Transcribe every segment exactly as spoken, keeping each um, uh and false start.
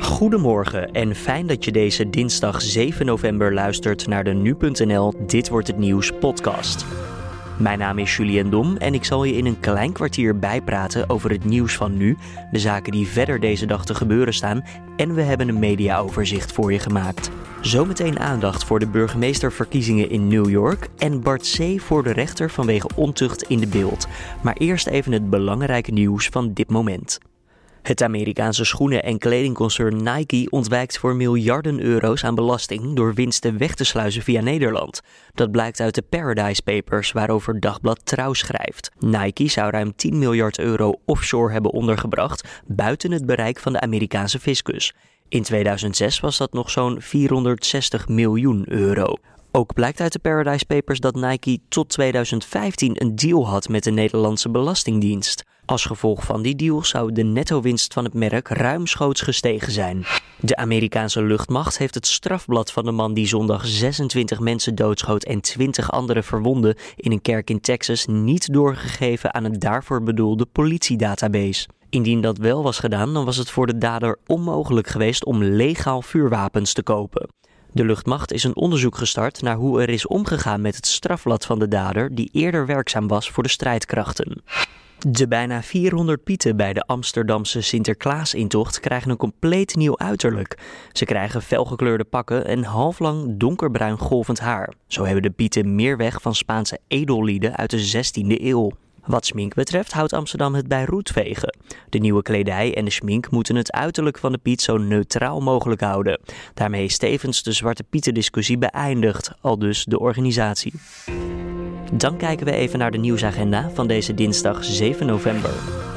Goedemorgen en fijn dat je deze dinsdag zeven november luistert naar de nu punt n l Dit wordt het nieuws podcast. Mijn naam is Julien Dom en ik zal je in een klein kwartier bijpraten over het nieuws van nu, de zaken die verder deze dag te gebeuren staan en we hebben een mediaoverzicht voor je gemaakt. Zometeen aandacht voor de burgemeesterverkiezingen in New York en Bart C. voor de rechter vanwege ontucht in de beeld. Maar eerst even het belangrijke nieuws van dit moment. Het Amerikaanse schoenen- en kledingconcern Nike ontwijkt voor miljarden euro's aan belasting door winsten weg te sluizen via Nederland. Dat blijkt uit de Paradise Papers waarover Dagblad Trouw schrijft. Nike zou ruim tien miljard euro offshore hebben ondergebracht, buiten het bereik van de Amerikaanse fiscus. In tweeduizend zes was dat nog zo'n vierhonderdzestig miljoen euro. Ook blijkt uit de Paradise Papers dat Nike tot tweeduizend vijftien een deal had met de Nederlandse Belastingdienst. Als gevolg van die deal zou de netto-winst van het merk ruimschoots gestegen zijn. De Amerikaanse luchtmacht heeft het strafblad van de man die zondag zesentwintig mensen doodschoot en twintig anderen verwondde in een kerk in Texas niet doorgegeven aan een daarvoor bedoelde politiedatabase. Indien dat wel was gedaan, dan was het voor de dader onmogelijk geweest om legaal vuurwapens te kopen. De luchtmacht is een onderzoek gestart naar hoe er is omgegaan met het strafblad van de dader die eerder werkzaam was voor de strijdkrachten. De bijna vierhonderd pieten bij de Amsterdamse Sinterklaasintocht krijgen een compleet nieuw uiterlijk. Ze krijgen felgekleurde pakken en halflang donkerbruin golvend haar. Zo hebben de pieten meer weg van Spaanse edellieden uit de zestiende eeuw. Wat schmink betreft houdt Amsterdam het bij roetvegen. De nieuwe kledij en de schmink moeten het uiterlijk van de Piet zo neutraal mogelijk houden. Daarmee is tevens de Zwarte Pieten-discussie beëindigd, aldus de organisatie. Dan kijken we even naar de nieuwsagenda van deze dinsdag zeven november.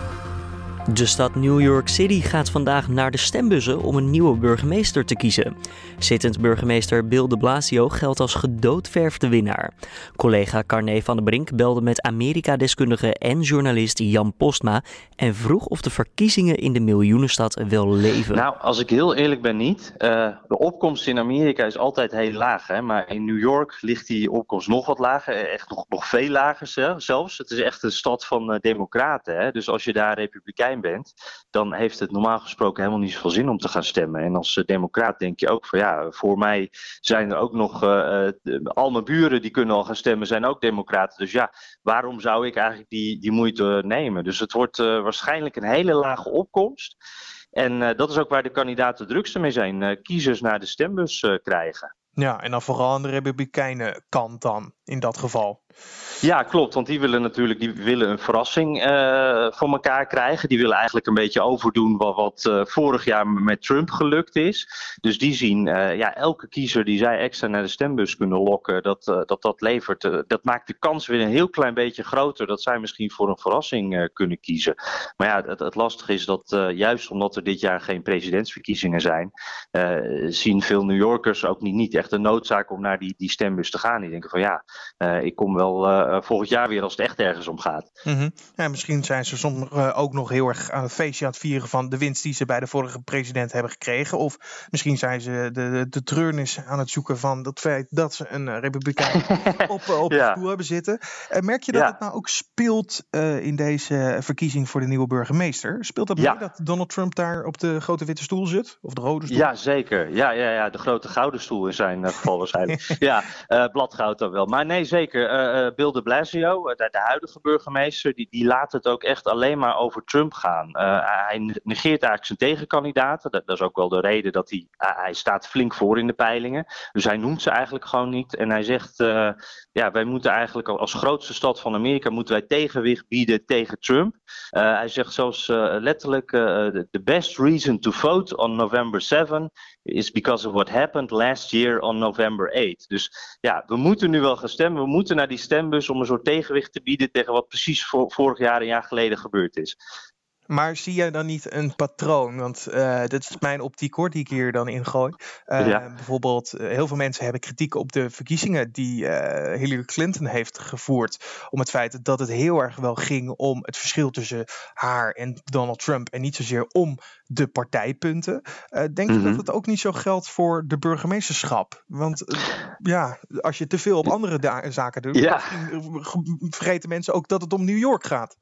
De stad New York City gaat vandaag naar de stembussen om een nieuwe burgemeester te kiezen. Zittend burgemeester Bill de Blasio geldt als gedoodverfde winnaar. Collega Carné van der Brink belde met Amerika-deskundige en journalist Jan Postma en vroeg of de verkiezingen in de miljoenenstad wel leven. Nou, als ik heel eerlijk ben niet. Uh, de opkomst in Amerika is altijd heel laag, hè? Maar in New York ligt die opkomst nog wat lager, echt nog, nog veel lager zelfs. Het is echt een stad van uh, democraten, hè? Dus als je daar republikein bent, dan heeft het normaal gesproken helemaal niet zoveel zin om te gaan stemmen. En als uh, democraat denk je ook van ja, voor mij zijn er ook nog, uh, de, al mijn buren die kunnen al gaan stemmen, zijn ook democraten. Dus ja, waarom zou ik eigenlijk die, die moeite nemen? Dus het wordt uh, waarschijnlijk een hele lage opkomst. En uh, dat is ook waar de kandidaten het drukste mee zijn. Uh, kiezers naar de stembus uh, krijgen. Ja, en dan vooral aan de republikeinen kant dan, in dat geval. Ja, klopt, want die willen natuurlijk die willen een verrassing uh, voor elkaar krijgen. Die willen eigenlijk een beetje overdoen wat, wat uh, vorig jaar met Trump gelukt is. Dus die zien, uh, ja, elke kiezer die zij extra naar de stembus kunnen lokken, dat uh, dat, dat levert. Uh, dat maakt de kans weer een heel klein beetje groter dat zij misschien voor een verrassing uh, kunnen kiezen. Maar ja, het, het lastige is dat uh, juist omdat er dit jaar geen presidentsverkiezingen zijn, uh, zien veel New Yorkers ook niet, niet echt een noodzaak om naar die, die stembus te gaan. Die denken van ja, uh, ik kom wel uh, volgend jaar weer als het echt ergens om gaat. Mm-hmm. Ja, misschien zijn ze soms uh, ook nog heel erg aan het feestje aan het vieren van de winst die ze bij de vorige president hebben gekregen. Of misschien zijn ze de, de, de treurnis aan het zoeken van het feit dat ze een uh, republikein op, uh, op ja. de stoel hebben zitten. Uh, merk je dat ja. het nou ook speelt uh, in deze verkiezing voor de nieuwe burgemeester? Speelt dat ja. mee dat Donald Trump daar op de grote witte stoel zit? Of de rode stoel? Ja, zeker. Ja, ja, ja, de grote gouden stoel in zijn uh, geval waarschijnlijk. ja, uh, bladgoud dan wel. Maar nee, zeker. Uh, uh, Bill de Blasio, de, de huidige burgemeester, die, die laat het ook echt alleen maar over Trump gaan. Uh, hij negeert eigenlijk zijn tegenkandidaten. Dat, dat is ook wel de reden dat hij, uh, hij staat flink voor in de peilingen. Dus hij noemt ze eigenlijk gewoon niet. En hij zegt, uh, ja, wij moeten eigenlijk als grootste stad van Amerika moeten wij tegenwicht bieden tegen Trump. Uh, hij zegt zelfs uh, letterlijk, uh, the best reason to vote on November seventh is because of what happened last year on November eighth. Dus ja, we moeten nu wel gaan stemmen. We moeten naar die stembus om een soort tegenwicht te bieden tegen wat precies voor, vorig jaar, een jaar geleden gebeurd is. Maar zie jij dan niet een patroon? Want uh, dit is mijn optiek hoor, die ik hier dan ingooi. Uh, ja. Bijvoorbeeld, uh, heel veel mensen hebben kritiek op de verkiezingen die uh, Hillary Clinton heeft gevoerd. Om het feit dat het heel erg wel ging om het verschil tussen haar en Donald Trump. En niet zozeer om de partijpunten. Uh, denk mm-hmm. je dat het ook niet zo geldt voor de burgemeesterschap? Want uh, ja, als je te veel op andere da- zaken doet, ja. vergeten mensen ook dat het om New York gaat.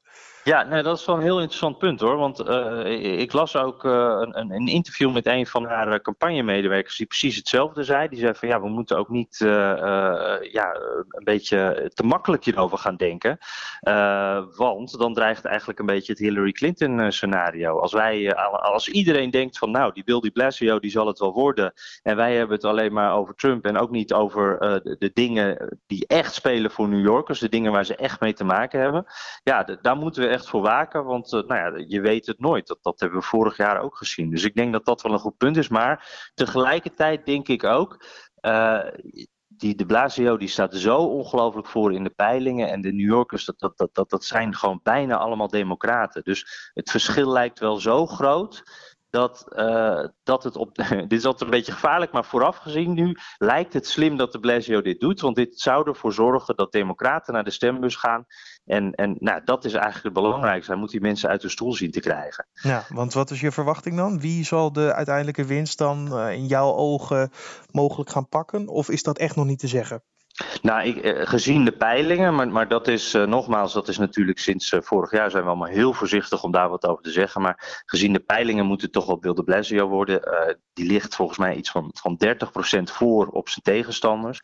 Ja, nee, dat is wel een heel interessant punt hoor. Want uh, ik las ook uh, een, een interview met een van haar uh, campagnemedewerkers die precies hetzelfde zei. Die zei van ja, we moeten ook niet uh, uh, ja, een beetje te makkelijk hierover gaan denken. Uh, want dan dreigt eigenlijk een beetje het Hillary Clinton uh, scenario. Als wij, uh, als iedereen denkt van nou, die Bill de Blasio die zal het wel worden. En wij hebben het alleen maar over Trump en ook niet over uh, de, de dingen die echt spelen voor New Yorkers. De dingen waar ze echt mee te maken hebben. Ja, d- daar moeten we echt voor waken, want uh, nou ja, je weet het nooit. Dat, dat hebben we vorig jaar ook gezien. Dus ik denk dat dat wel een goed punt is. Maar tegelijkertijd denk ik ook, uh, die de Blasio die staat zo ongelooflijk voor in de peilingen. En de New Yorkers, dat, dat, dat, dat, dat zijn gewoon bijna allemaal democraten. Dus het verschil lijkt wel zo groot. Dat, uh, dat het op. Dit is altijd een beetje gevaarlijk, maar vooraf gezien nu lijkt het slim dat de Blasio dit doet. Want dit zou ervoor zorgen dat democraten naar de stembus gaan. En, en nou, dat is eigenlijk het belangrijkste. Hij moet die mensen uit de stoel zien te krijgen. Ja, want wat is je verwachting dan? Wie zal de uiteindelijke winst dan uh, in jouw ogen mogelijk gaan pakken? Of is dat echt nog niet te zeggen? Nou, ik, gezien de peilingen, maar, maar dat is uh, nogmaals, dat is natuurlijk sinds uh, vorig jaar zijn we allemaal heel voorzichtig om daar wat over te zeggen. Maar gezien de peilingen moet het toch wel Bill de Blasio worden. Uh, die ligt volgens mij iets van, van dertig procent voor op zijn tegenstanders.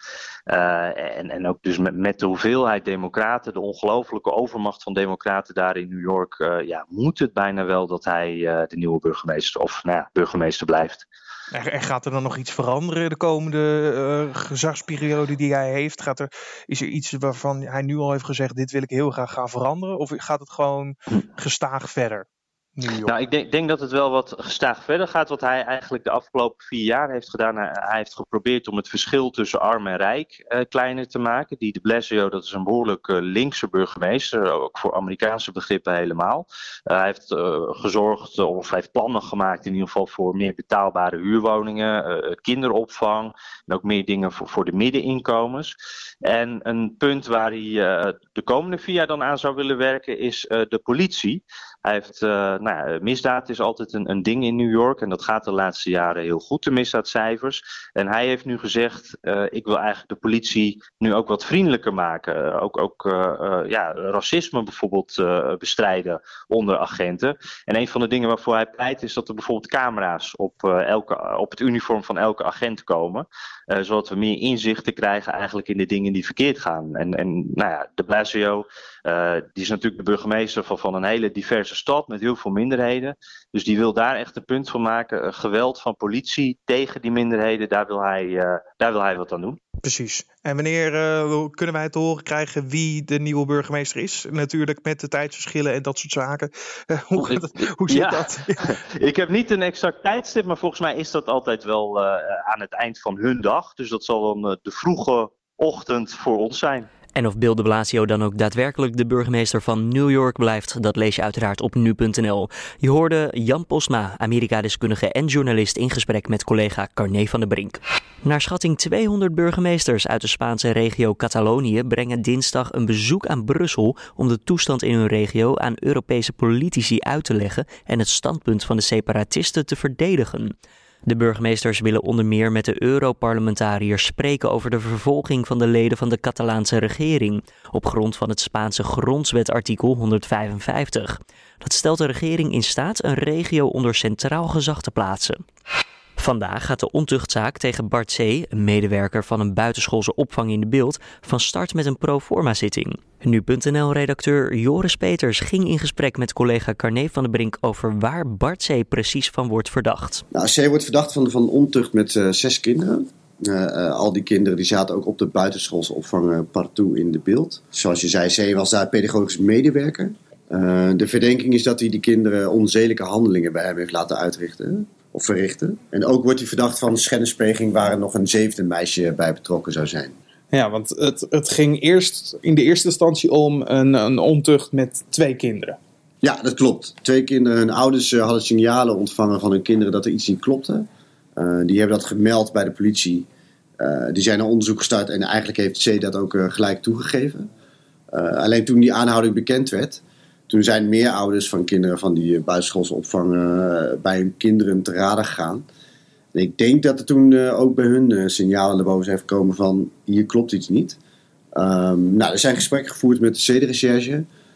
Uh, en, en ook dus met, met de hoeveelheid democraten, de ongelofelijke overmacht van democraten daar in New York, uh, ja, moet het bijna wel dat hij uh, de nieuwe burgemeester of nou ja, burgemeester blijft. En gaat er dan nog iets veranderen de komende uh, gezagsperiode die hij heeft? Gaat er, is er iets waarvan hij nu al heeft gezegd, dit wil ik heel graag gaan veranderen? Of gaat het gewoon gestaag verder? Nou, ik denk, denk dat het wel wat gestaag verder gaat. Wat hij eigenlijk de afgelopen vier jaar heeft gedaan. Hij, hij heeft geprobeerd om het verschil tussen arm en rijk uh, kleiner te maken. Die de Blasio, dat is een behoorlijk uh, linkse burgemeester. Ook voor Amerikaanse begrippen helemaal. Uh, hij heeft uh, gezorgd, uh, of hij heeft plannen gemaakt in ieder geval voor meer betaalbare huurwoningen. Uh, kinderopvang. En ook meer dingen voor, voor de middeninkomens. En een punt waar hij uh, de komende vier jaar dan aan zou willen werken is uh, de politie. Hij heeft, uh, nou ja, misdaad is altijd een, een ding in New York en dat gaat de laatste jaren heel goed, de misdaadcijfers. En hij heeft nu gezegd, uh, ik wil eigenlijk de politie nu ook wat vriendelijker maken. Uh, ook ook uh, uh, ja, racisme bijvoorbeeld uh, bestrijden onder agenten. En een van de dingen waarvoor hij pleit is dat er bijvoorbeeld camera's op, uh, elke, op het uniform van elke agent komen. Uh, zodat we meer inzichten krijgen eigenlijk in de dingen die verkeerd gaan. En, en nou ja, de Blasio, uh, die is natuurlijk de burgemeester van, van een hele diverse stad met heel veel minderheden. Dus die wil daar echt een punt van maken. Uh, geweld van politie tegen die minderheden, daar wil hij, uh, daar wil hij wat aan doen. Precies. En wanneer uh, kunnen wij te horen krijgen wie de nieuwe burgemeester is? Natuurlijk met de tijdsverschillen en dat soort zaken. Uh, hoe, gaat het, hoe zit ja. dat? Ik heb niet een exact tijdstip, maar volgens mij is dat altijd wel uh, aan het eind van hun dag. Dus dat zal dan uh, de vroege ochtend voor ons zijn. En of Bill de Blasio dan ook daadwerkelijk de burgemeester van New York blijft, dat lees je uiteraard op nu punt n l. Je hoorde Jan Posma, Amerika-deskundige en journalist, in gesprek met collega Carné van der Brink. Naar schatting tweehonderd burgemeesters uit de Spaanse regio Catalonië brengen dinsdag een bezoek aan Brussel om de toestand in hun regio aan Europese politici uit te leggen en het standpunt van de separatisten te verdedigen. De burgemeesters willen onder meer met de Europarlementariërs spreken over de vervolging van de leden van de Catalaanse regering, op grond van het Spaanse grondwetartikel honderdvijfenvijftig. Dat stelt de regering in staat een regio onder centraal gezag te plaatsen. Vandaag gaat de ontuchtzaak tegen Bart C., een medewerker van een buitenschoolse opvang in De Bilt, van start met een proforma-zitting. nu punt n l-redacteur Joris Peters ging in gesprek met collega Carné van der Brink over waar Bart C. precies van wordt verdacht. Nou, C. wordt verdacht van, van ontucht met uh, zes kinderen. Uh, uh, al die kinderen die zaten ook op de buitenschoolse opvang uh, Partout in De Bilt. Zoals je zei, C. was daar pedagogisch medewerker. Uh, de verdenking is dat hij die kinderen onzedelijke handelingen bij hem heeft laten uitrichten. Of verrichten. En ook wordt hij verdacht van schennispleging waar er nog een zevende meisje bij betrokken zou zijn. Ja, want het, het ging eerst in de eerste instantie om een, een ontucht met twee kinderen. Ja, dat klopt. Twee kinderen, hun ouders uh, hadden signalen ontvangen van hun kinderen dat er iets niet klopte. Uh, die hebben dat gemeld bij de politie. Uh, die zijn een onderzoek gestart en eigenlijk heeft C dat ook uh, gelijk toegegeven. Uh, alleen toen die aanhouding bekend werd, toen zijn meer ouders van kinderen van die buitenschoolse opvang uh, bij hun kinderen te raden gegaan. En ik denk dat er toen uh, ook bij hun uh, signalen naar boven zijn gekomen van hier klopt iets niet. Um, nou, er zijn gesprekken gevoerd met de C-recherche.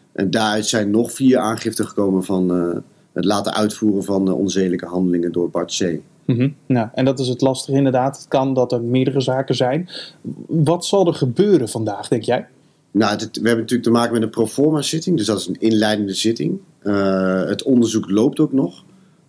En daaruit zijn nog vier aangiften gekomen van uh, het laten uitvoeren van uh, onzedelijke handelingen door Bart C. Mm-hmm. Nou, en dat is het lastige inderdaad. Het kan dat er meerdere zaken zijn. Wat zal er gebeuren vandaag, denk jij? Nou, het, we hebben natuurlijk te maken met een proforma zitting. Dus dat is een inleidende zitting. Uh, het onderzoek loopt ook nog.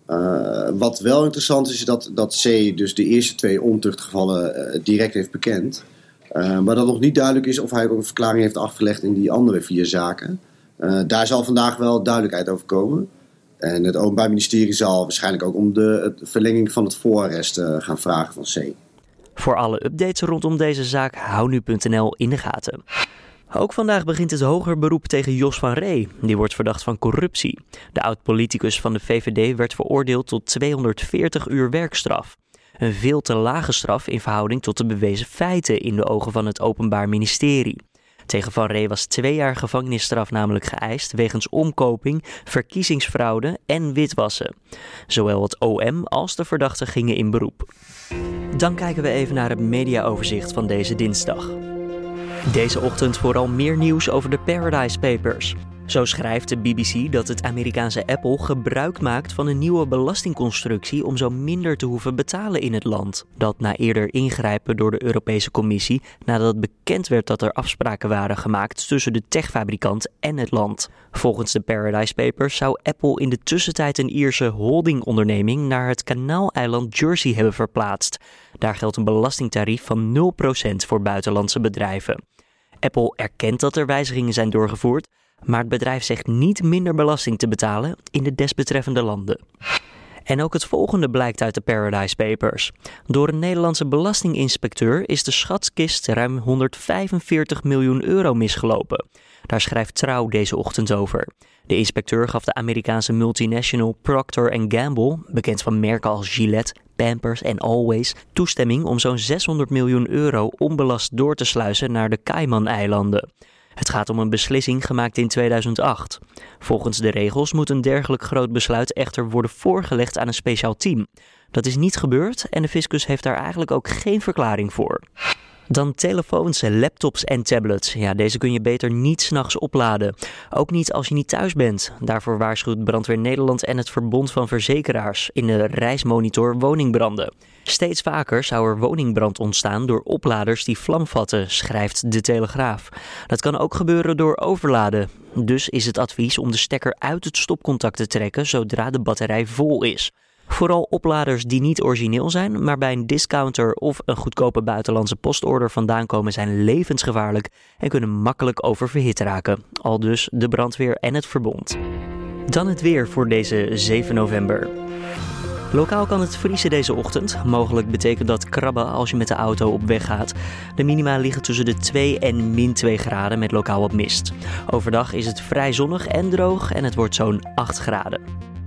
Uh, wat wel interessant is, is dat, dat C dus de eerste twee ontuchtgevallen uh, direct heeft bekend. Uh, maar dat nog niet duidelijk is of hij ook een verklaring heeft afgelegd in die andere vier zaken. Uh, daar zal vandaag wel duidelijkheid over komen. En het Openbaar Ministerie zal waarschijnlijk ook om de, de verlenging van het voorarrest uh, gaan vragen van C. Voor alle updates rondom deze zaak, hou nu punt n l in de gaten. Ook vandaag begint het hoger beroep tegen Jos van Ree. Die wordt verdacht van corruptie. De oud-politicus van de V V D werd veroordeeld tot tweehonderdveertig uur werkstraf. Een veel te lage straf in verhouding tot de bewezen feiten in de ogen van het Openbaar Ministerie. Tegen Van Ree was twee jaar gevangenisstraf namelijk geëist wegens omkoping, verkiezingsfraude en witwassen. Zowel het O M als de verdachte gingen in beroep. Dan kijken we even naar het mediaoverzicht van deze dinsdag. Deze ochtend vooral meer nieuws over de Paradise Papers. Zo schrijft de B B C dat het Amerikaanse Apple gebruik maakt van een nieuwe belastingconstructie om zo minder te hoeven betalen in het land. Dat na eerder ingrijpen door de Europese Commissie nadat bekend werd dat er afspraken waren gemaakt tussen de techfabrikant en het land. Volgens de Paradise Papers zou Apple in de tussentijd een Ierse holdingonderneming naar het kanaaleiland Jersey hebben verplaatst. Daar geldt een belastingtarief van nul procent voor buitenlandse bedrijven. Apple erkent dat er wijzigingen zijn doorgevoerd, maar het bedrijf zegt niet minder belasting te betalen in de desbetreffende landen. En ook het volgende blijkt uit de Paradise Papers. Door een Nederlandse belastinginspecteur is de schatkist ruim honderdvijfenveertig miljoen euro misgelopen. Daar schrijft Trouw deze ochtend over. De inspecteur gaf de Amerikaanse multinational Procter en Gamble, bekend van merken als Gillette, Pampers en Always, toestemming om zo'n zeshonderd miljoen euro onbelast door te sluizen naar de Cayman-eilanden. Het gaat om een beslissing gemaakt in tweeduizend acht. Volgens de regels moet een dergelijk groot besluit echter worden voorgelegd aan een speciaal team. Dat is niet gebeurd en de fiscus heeft daar eigenlijk ook geen verklaring voor. Dan telefoons, laptops en tablets. Ja, deze kun je beter niet 's nachts opladen. Ook niet als je niet thuis bent. Daarvoor waarschuwt Brandweer Nederland en het Verbond van Verzekeraars in de reismonitor woningbranden. Steeds vaker zou er woningbrand ontstaan door opladers die vlam vatten, schrijft De Telegraaf. Dat kan ook gebeuren door overladen. Dus is het advies om de stekker uit het stopcontact te trekken zodra de batterij vol is. Vooral opladers die niet origineel zijn, maar bij een discounter of een goedkope buitenlandse postorder vandaan komen zijn levensgevaarlijk en kunnen makkelijk oververhit raken. Aldus de brandweer en het verbond. Dan het weer voor deze zeven november. Lokaal kan het vriezen deze ochtend. Mogelijk betekent dat krabben als je met de auto op weg gaat. De minima liggen tussen de twee en min twee graden met lokaal wat mist. Overdag is het vrij zonnig en droog en het wordt zo'n acht graden.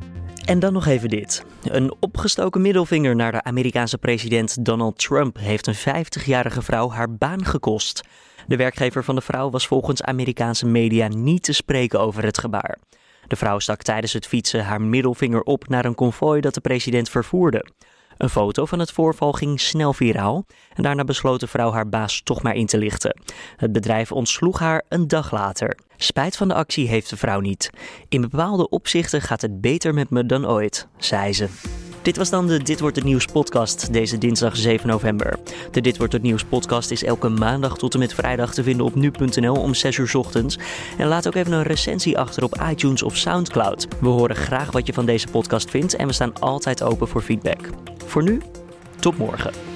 En dan nog even dit. Een opgestoken middelvinger naar de Amerikaanse president Donald Trump heeft een vijftigjarige vrouw haar baan gekost. De werkgever van de vrouw was volgens Amerikaanse media niet te spreken over het gebaar. De vrouw stak tijdens het fietsen haar middelvinger op naar een konvooi dat de president vervoerde. Een foto van het voorval ging snel viraal en daarna besloot de vrouw haar baas toch maar in te lichten. Het bedrijf ontsloeg haar een dag later. Spijt van de actie heeft de vrouw niet. In bepaalde opzichten gaat het beter met me dan ooit, zei ze. Dit was dan de Dit Wordt Het Nieuws podcast deze dinsdag zeven november. De Dit Wordt Het Nieuws podcast is elke maandag tot en met vrijdag te vinden op nu punt n l om zes uur 's ochtends. En laat ook even een recensie achter op iTunes of Soundcloud. We horen graag wat je van deze podcast vindt en we staan altijd open voor feedback. Voor nu, tot morgen.